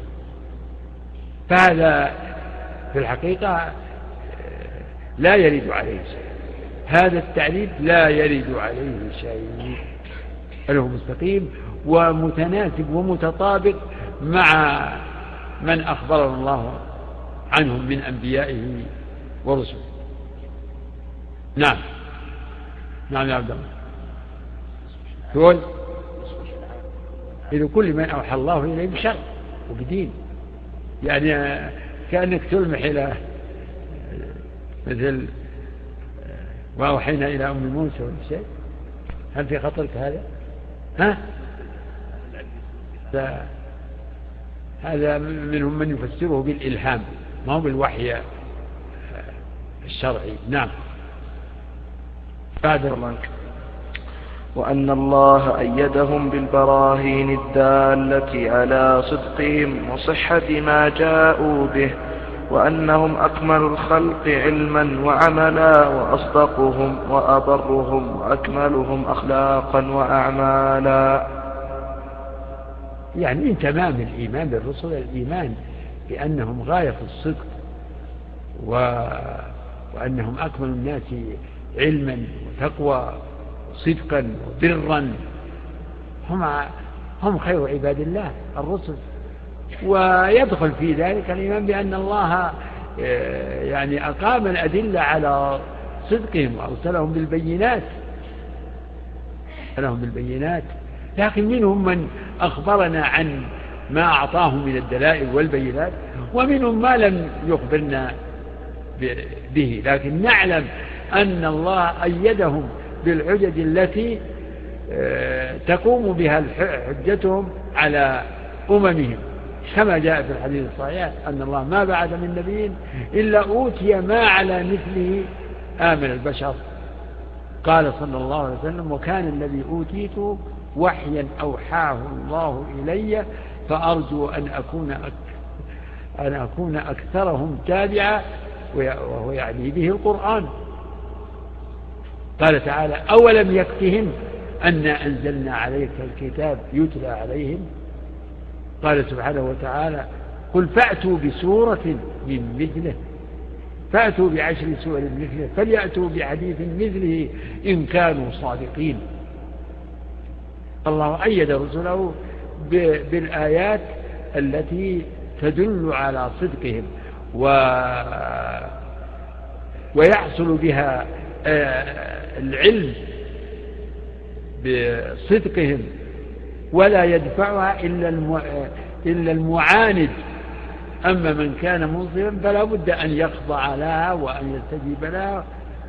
فهذا في الحقيقة لا يرد عليه شيء، هذا التعريف لا يرد عليه شيء، بل هو مستقيم ومتناسب ومتطابق مع من أخبرنا الله عنهم من أنبيائه ورسله. نعم نعم يا عبد الله. تقول إذا كل من أوحى الله إليه بشر وبدين، يعني كأنك تلمح إلى مثل وأوحينا إلى أم موسى والشيء. هل في خطرك هذا؟ ها؟ هذا منهم من يفسره بالإلهام، ما هو بالوحي الشرعي. نعم. بعد الله. وأن الله أيدهم بالبراهين الدالة على صدقهم وصحة ما جاءوا به، وأنهم أكمل الخلق علما وعملا، وأصدقهم وأبرهم وأكملهم أخلاقا وأعمالا. يعني من تمام الإيمان بالرسل الإيمان بأنهم غاية الصدق، وأنهم أكمل الناس علما وتقوى صدقا وبرا، هم خير عباد الله الرسل. ويدخل في ذلك الإيمان بأن الله يعني أقام الأدلة على صدقهم وأرسلهم بالبينات، لكن منهم من أخبرنا عن ما أعطاهم من الدلائل والبينات، ومنهم ما لم يخبرنا به، لكن نعلم أن الله أيدهم بالحجج التي تقوم بها حجتهم على أممهم، كما جاء في الحديث الصحيح أن الله ما بعث من نبي إلا أوتي ما على مثله آمن البشر. قال صلى الله عليه وسلم: وكان الذي أوتيته وحيا أوحاه الله إلي، فأرجو أن أكون أكثرهم تابعا، وهو يعني به القرآن. قال تعالى: أولم يكفهم أنا أنزلنا عليك الكتاب يتلى عليهم. قال سبحانه وتعالى: قل فأتوا بسورة من مثله، فأتوا بعشر سور مثله، فليأتوا بحديث مثله إن كانوا صادقين. الله أيد رسله بالآيات التي تدل على صدقهم ويحصل بها العلم بصدقهم، ولا يدفعها إلا المعاند. أما من كان منصفا فلا بد أن يخضع لها وأن يستجيب لها.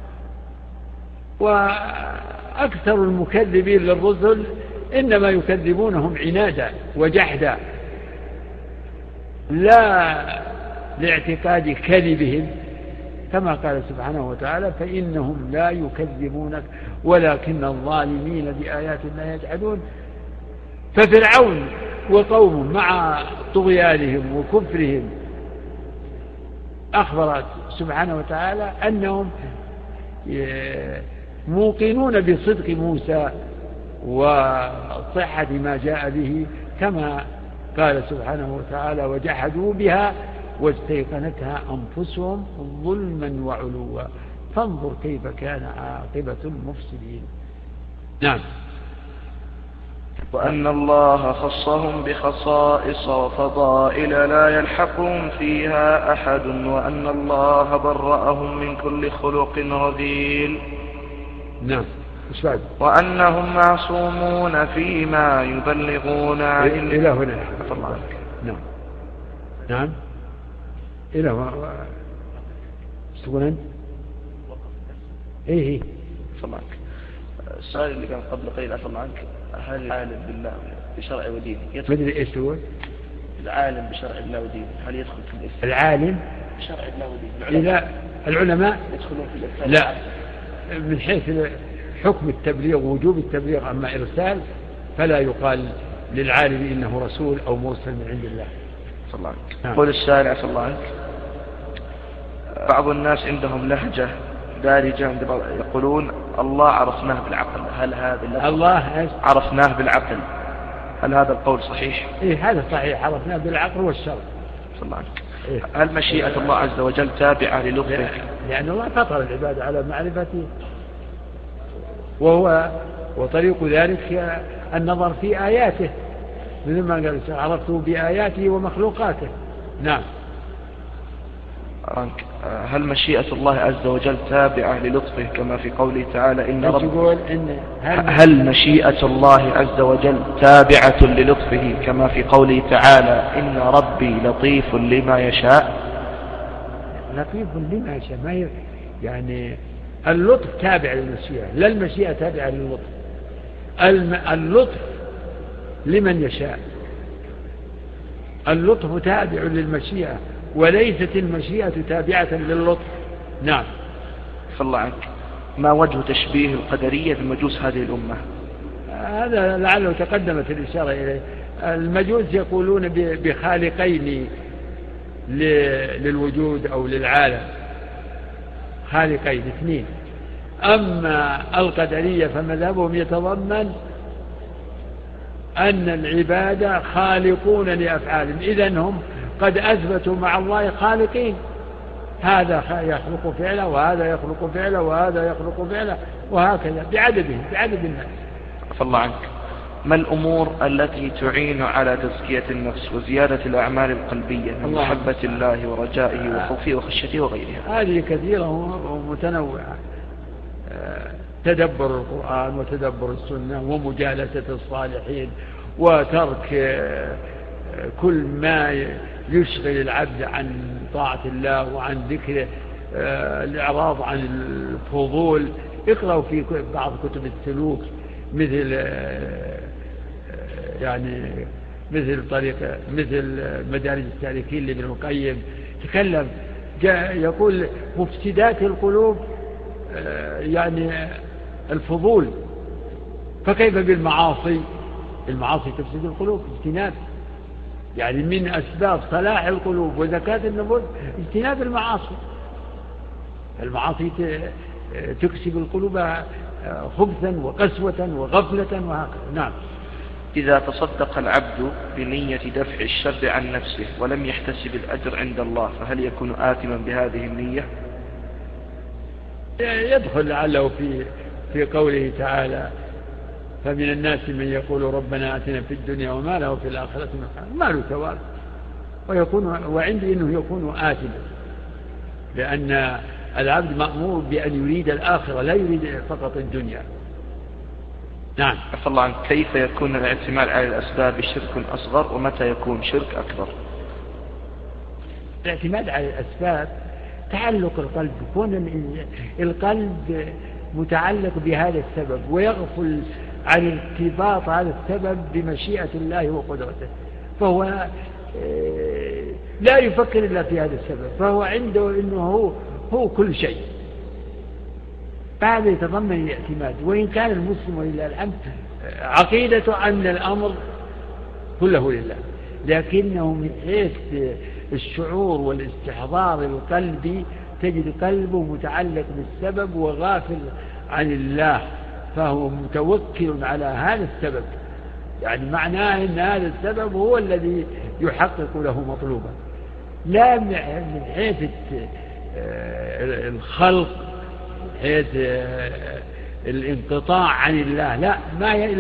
وأكثر المكذبين للرسل إنما يكذبونهم عنادا وجحدا، لا لاعتقاد كذبهم، كما قال سبحانه وتعالى: فإنهم لا يكذبونك ولكن الظالمين بآيات الله يجحدون. ففرعون وقومه مع طغيانهم وكفرهم أخبر سبحانه وتعالى أنهم موقنون بصدق موسى وصحة ما جاء به، كما قال سبحانه وتعالى: وجحدوا بها واستيقنتها أنفسهم ظلما وعلوا، فانظر كيف كان عاقبة المفسدين. نعم. وأن الله خصهم بخصائص وفضائل لا يلحقهم فيها أحد، وأن الله برأهم من كل خلق رذيل. نعم. وأنهم معصومون فيما يبلغون عن إلى هنا. نعم. نعم. إلى هنا. إيه صلاك. السؤال اللي كان قبل قليل عفوا عنك، هل العالم بالله بشرع ودينه يدخل؟ مدري ايش هو العالم بشرع الله ودينه هل يدخل في الإسلام؟ العالم بشرع الله ودينه لا العلماء يدخلون في الإسلام؟ لا، من حيث حكم التبليغ ووجوب التبليغ، أما إرسال فلا يقال للعالم إنه رسول أو مرسل من عند الله. صلى الله عليه. قول السائل عفوا الله عنك، بعض الناس عندهم لهجة دارجة يقولون الله عرفناه بالعقل، هل هذا الله عرفناه بالعقل هل هذا القول صحيح؟ إيه هذا صحيح، عرفناه بالعقل والشرع. صلى الله عليه. هل مشيئة الله عز وجل تابعة للطفه؟ لأن الله فطر العباد على معرفته، وطريق ذلك النظر في آياته، مثل ما قال عرفته بآياته ومخلوقاته. نعم. هل مشيئة الله عز وجل تابعة للطفه كما في قوله تعالى إن رب هل مشيئة الله عز وجل تابعة للطفه كما في قوله تعالى إن ربي لطيف لما يشاء؟ لطيف لما يشاء، يعني اللطف تابع للمشيئة، لا المشيئة تابعة للطف. اللطف لمن يشاء، اللطف تابع للمشيئة وليست المشيئة تابعة للطف. نعم. فالله عنك، ما وجه تشبيه القدرية بمجوس هذه الأمة؟ هذا لعله تقدمت الإشارة إليه. المجوس يقولون بخالقين للوجود أو للعالم، خالقين اثنين. أما القدرية فمذهبهم يتضمن أن العبادة خالقون لأفعالهم، إذن هم قد أثبتوا مع الله خالقين، هذا يخلق فعله وهذا يخلق فعله وهذا يخلق فعله وهكذا بعدد الناس. فالله عنك، ما الأمور التي تعين على تزكية النفس وزيادة الأعمال القلبية من محبة الله ورجائه وخوفه وخشيته وغيرها؟ هذه كثيرة ومتنوعة، تدبر القرآن وتدبر السنة ومجالسة الصالحين وترك كل ما يشغل العبد عن طاعة الله وعن ذكره، الإعراض عن الفضول. اقرأوا في بعض كتب السلوك مثل مدارج السالكين لابن القيم، تكلم يقول مفسدات القلوب يعني الفضول، فكيف بالمعاصي؟ المعاصي تفسد القلوب، اجتناب، يعني من أسباب صلاح القلوب وزكاة النفوس اجتناب المعاصي. المعاصي تكسب القلوب خبثا وقسوة وغفلة وهكذا. نعم. إذا تصدق العبد بنية دفع الشر عن نفسه ولم يحتسب الأجر عند الله فهل يكون آثما بهذه النية؟ يدخل لعله في قوله تعالى فمن الناس من يقول ربنا آتنا في الدنيا وما له في الآخرة من خير، ما له ثواب، وعندي إنه يكون آثما، لأن العبد مأمور بأن يريد الآخرة لا يريد فقط الدنيا. نعم. عفى الله عنك، كيف يكون الاعتماد على الأسباب شرك أصغر ومتى يكون شرك أكبر؟ الاعتماد على الأسباب تعلق القلب، يكون القلب متعلق بهذا السبب ويغفل عن ارتباط هذا السبب بمشيئة الله وقدرته، فهو لا يفكر إلا في هذا السبب، فهو عنده إنه هو كل شيء. فهذا يتضمن الاعتماد. وإن كان المسلم ولله الحمد عقيدة أن الأمر كله لله، لكنه من حيث الشعور والاستحضار القلبي تجد قلبه متعلق بالسبب وغافل عن الله، فهو متوكل على هذا السبب، يعني معناه أن هذا السبب هو الذي يحقق له مطلوبا، لا من حيث الخلق، من حيث الانقطاع عن الله، لا، ما هي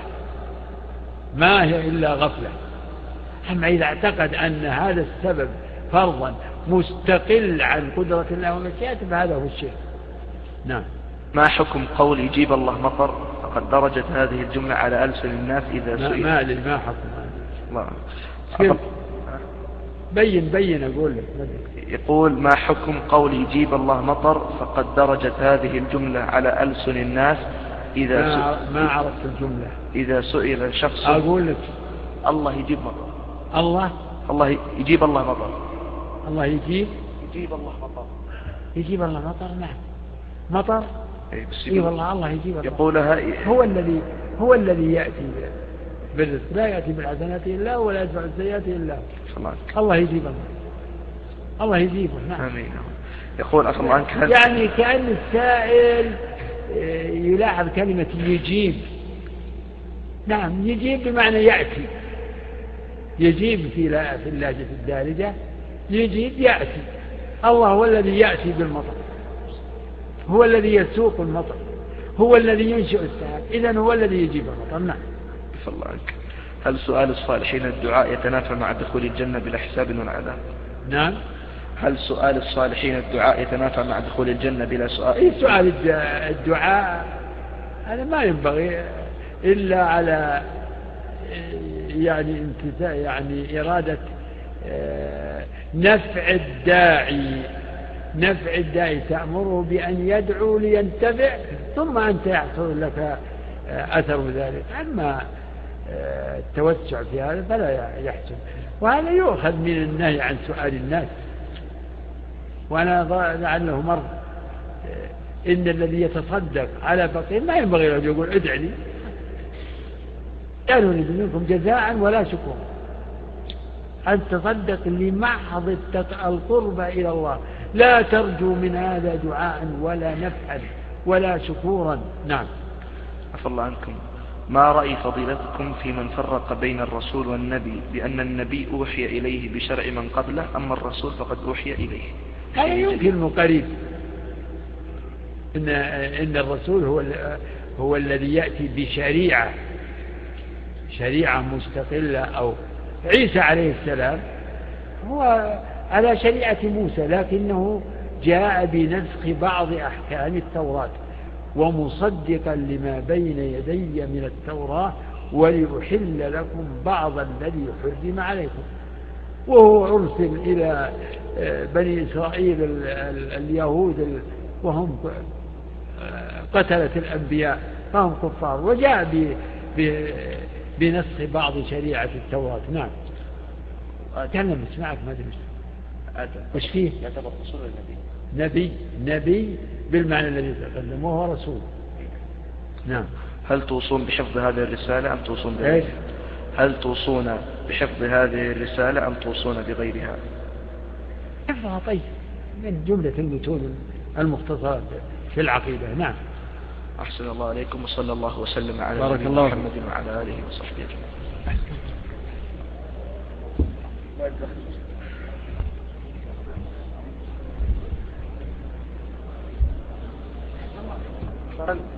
إلا غفلة. أما إذا اعتقد أن هذا السبب فرضا مستقل عن قدرة الله ومشيئته فهذا هو الشيء. نعم. ما حكم قول يجيب الله مطر فقد درجت هذه الجملة على ألسن الناس إذا سئل؟ ما حكم بين أقول لك. يقول ما حكم قول يجيب الله مطر فقد درجت هذه الجملة على ألسن الناس ما عرفت الجملة. إذا سئل شخص أقول لك الله يجيب مطر. الله يجيب الله مطر. الله يجيب الله مطر. يجيب الله مطر. نعم مطر. إيه والله الله يجيب. يقولها هو الذي يأتي بالرزق، لا يأتي بالحسنات إلا هو ولا يدفع السيئات إلا هو. الله يجيب الله يجيبه. نعم. آمين. يقول أخي الله يعني كأن السائل يلاحظ كلمة يجيب. نعم يجيب بمعنى يأتي. يجيب في اللهجة الدارجة يجيب يأتي. الله هو الذي يأتي بالمطر، هو الذي يسوق المطر، هو الذي ينشئ السحاب، إذن هو الذي يجيب المطر. نعم. الله عنك. هل سؤال الصالحين الدعاء يتنافى مع دخول الجنة بلا حساب ولا عذاب؟ نعم. هل سؤال الصالحين الدعاء يتنافى مع دخول الجنة بلا سؤال؟ سؤال الدعاء هذا ما ينبغي إلا على يعني إرادة نفع الداعي تأمره بأن يدعو لينتفع، ثم أنت يحصل لك أثر ذلك. أما التوسع في هذا فلا يحسن، وهذا يؤخذ من النهي عن سؤال الناس. وأنا لعله مر إن الذي يتصدق على فقير ما ينبغي له يقول ادع لي، قالوا لي منكم جزاء ولا شكر، أن تصدق لمحض القرب إلى الله، لا ترجو من هذا دعاء ولا نفعا ولا شكورا. نعم. عفى الله عنكم. ما رأي فضيلتكم في من فرق بين الرسول والنبي بأن النبي أوحي إليه بشرع من قبله، أما الرسول فقد أوحي إليه؟ هذا يمكن قريب. إن الرسول هو الذي يأتي بشريعة مستقلة، أو عيسى عليه السلام هو على شريعة موسى، لكنه جاء بنسخ بعض أحكام التوراة ومصدقا لما بين يدي من التوراة ولأحل لكم بعض الذي حرم عليكم. وهو أرسل إلى بني إسرائيل اليهود وهم قتلة الأنبياء فهم كفار، وجاء بنسخ بعض شريعة التوراة. نعم. أتكلم اسمعك ما أدري وش فيه. يعتبر رسول النبي. نبي بالمعنى الذي تقدم، وهو رسول. نعم. هل توصون بحفظ هذه الرسالة أم توصون بغيرها؟ هل توصون بحفظ هذه الرسالة أم توصون بغيرها؟ حفظها طيب من جملة المتون المختصرة في العقيدة. نعم. أحسن الله عليكم، وصلى الله وسلم على نبينا محمد وعلى آله وصحبه أجمعين.